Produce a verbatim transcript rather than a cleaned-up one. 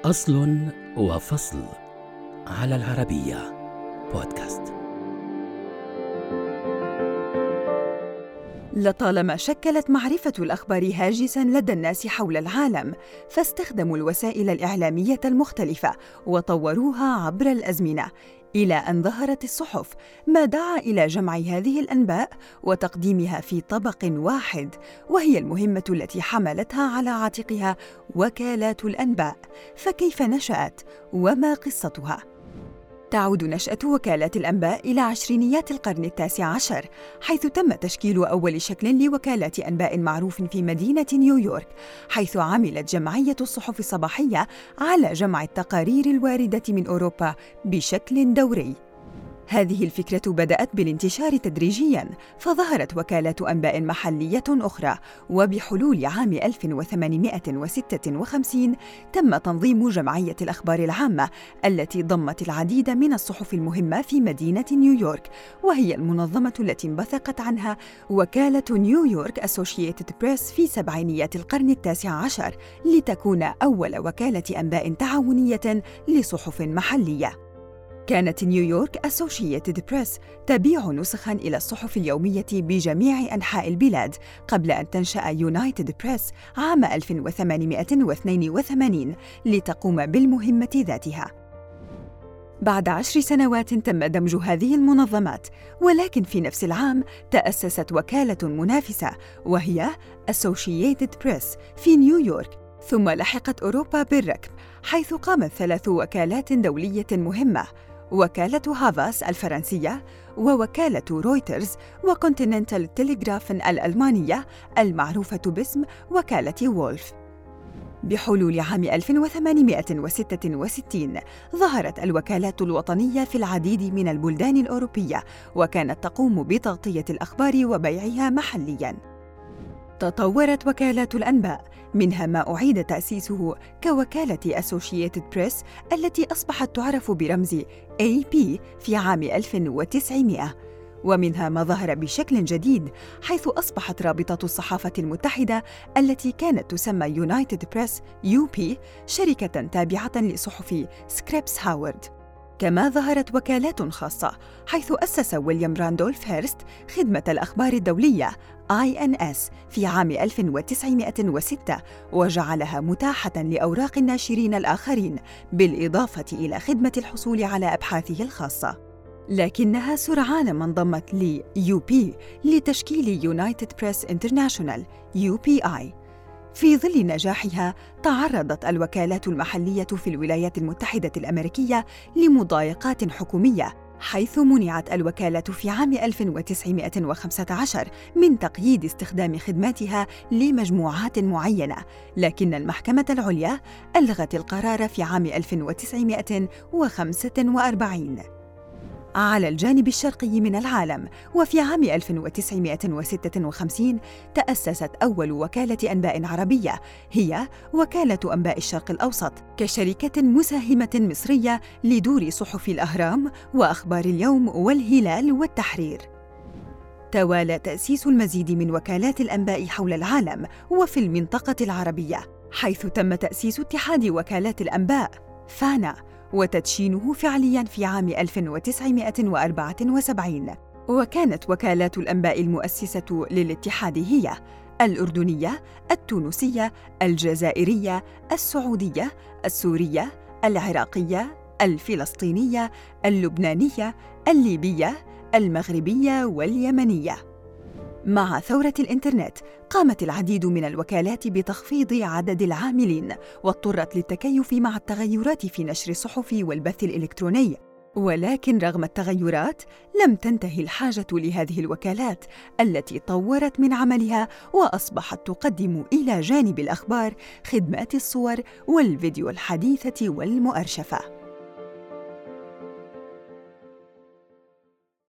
أصل وفصل على العربية بودكاست. لطالما شكلت معرفة الأخبار هاجساً لدى الناس حول العالم، فاستخدموا الوسائل الإعلامية المختلفة وطوروها عبر الأزمنة، إلى أن ظهرت الصحف، ما دعا إلى جمع هذه الأنباء وتقديمها في طبق واحد، وهي المهمة التي حملتها على عاتقها وكالات الأنباء. فكيف نشأت؟ وما قصتها؟ تعود نشأة وكالات الأنباء إلى عشرينيات القرن التاسع عشر، حيث تم تشكيل أول شكل لوكالات أنباء معروف في مدينة نيويورك، حيث عملت جمعية الصحف الصباحية على جمع التقارير الواردة من أوروبا بشكل دوري. هذه الفكرة بدأت بالانتشار تدريجياً، فظهرت وكالات أنباء محلية أخرى، وبحلول عام ألف وثمانمائة وستة وخمسين تم تنظيم جمعية الأخبار العامة التي ضمت العديد من الصحف المهمة في مدينة نيويورك، وهي المنظمة التي انبثقت عنها وكالة نيويورك أسوشييتد بريس في سبعينيات القرن التاسع عشر، لتكون أول وكالة أنباء تعاونية لصحف محلية. كانت نيويورك أسوشييتد بريس تبيع نسخاً إلى الصحف اليومية بجميع أنحاء البلاد، قبل أن تنشأ يونايتد بريس عام ألف وثمانمائة واثنين وثمانين لتقوم بالمهمة ذاتها. بعد عشر سنوات تم دمج هذه المنظمات، ولكن في نفس العام تأسست وكالة منافسة، وهي أسوشييتد بريس في نيويورك، ثم لحقت أوروبا بالركب، حيث قامت ثلاث وكالات دولية مهمة: وكالة هافاس الفرنسية، ووكالة رويترز، وكونتيننتال تيليغراف الألمانية المعروفة باسم وكالة وولف. بحلول عام ألف وثمانمائة وستة وستين ظهرت الوكالات الوطنية في العديد من البلدان الأوروبية، وكانت تقوم بتغطية الأخبار وبيعها محلياً. تطورت وكالات الأنباء، منها ما أعيد تأسيسه كوكالة أسوشييتد بريس التي أصبحت تعرف برمز إيه بي في عام ألف وتسعمائة، ومنها ما ظهر بشكل جديد، حيث أصبحت رابطة الصحافة المتحدة التي كانت تسمى يونايتد بريس يو بي شركة تابعة لصحف سكريبس هاورد. كما ظهرت وكالات خاصة، حيث أسس ويليام راندولف هيرست خدمة الأخبار الدولية آي إن إس في عام ألف وتسعمائة وستة، وجعلها متاحة لأوراق الناشرين الآخرين، بالإضافة إلى خدمة الحصول على أبحاثه الخاصة. لكنها سرعان ما انضمت ل يو بي لتشكيل يونايتد بريس انترناشونال يو بي آي. في ظل نجاحها، تعرضت الوكالات المحلية في الولايات المتحدة الأمريكية لمضايقات حكومية، حيث منعت الوكالة في عام ألف وتسعمائة وخمسة عشر من تقييد استخدام خدماتها لمجموعات معينة، لكن المحكمة العليا ألغت القرار في عام ألف وتسعمائة وخمسة وأربعين. على الجانب الشرقي من العالم، وفي عام ألف وتسعمائة وستة وخمسين تأسست أول وكالة أنباء عربية، هي وكالة أنباء الشرق الأوسط، كشركة مساهمة مصرية لدور صحف الأهرام وأخبار اليوم والهلال والتحرير. توالى تأسيس المزيد من وكالات الأنباء حول العالم وفي المنطقة العربية، حيث تم تأسيس اتحاد وكالات الأنباء فانا، وتدشينه فعلياً في عام ألف وتسعمائة وأربعة وسبعين. وكانت وكالات الأنباء المؤسسة للاتحاد هي الأردنية، التونسية، الجزائرية، السعودية، السورية، العراقية، الفلسطينية، اللبنانية، الليبية، المغربية واليمنية. مع ثورة الإنترنت، قامت العديد من الوكالات بتخفيض عدد العاملين، واضطرت للتكيف مع التغيرات في نشر الصحف والبث الإلكتروني. ولكن رغم التغيرات، لم تنتهي الحاجة لهذه الوكالات التي طورت من عملها وأصبحت تقدم إلى جانب الأخبار خدمات الصور والفيديو الحديثة والمؤرشفة.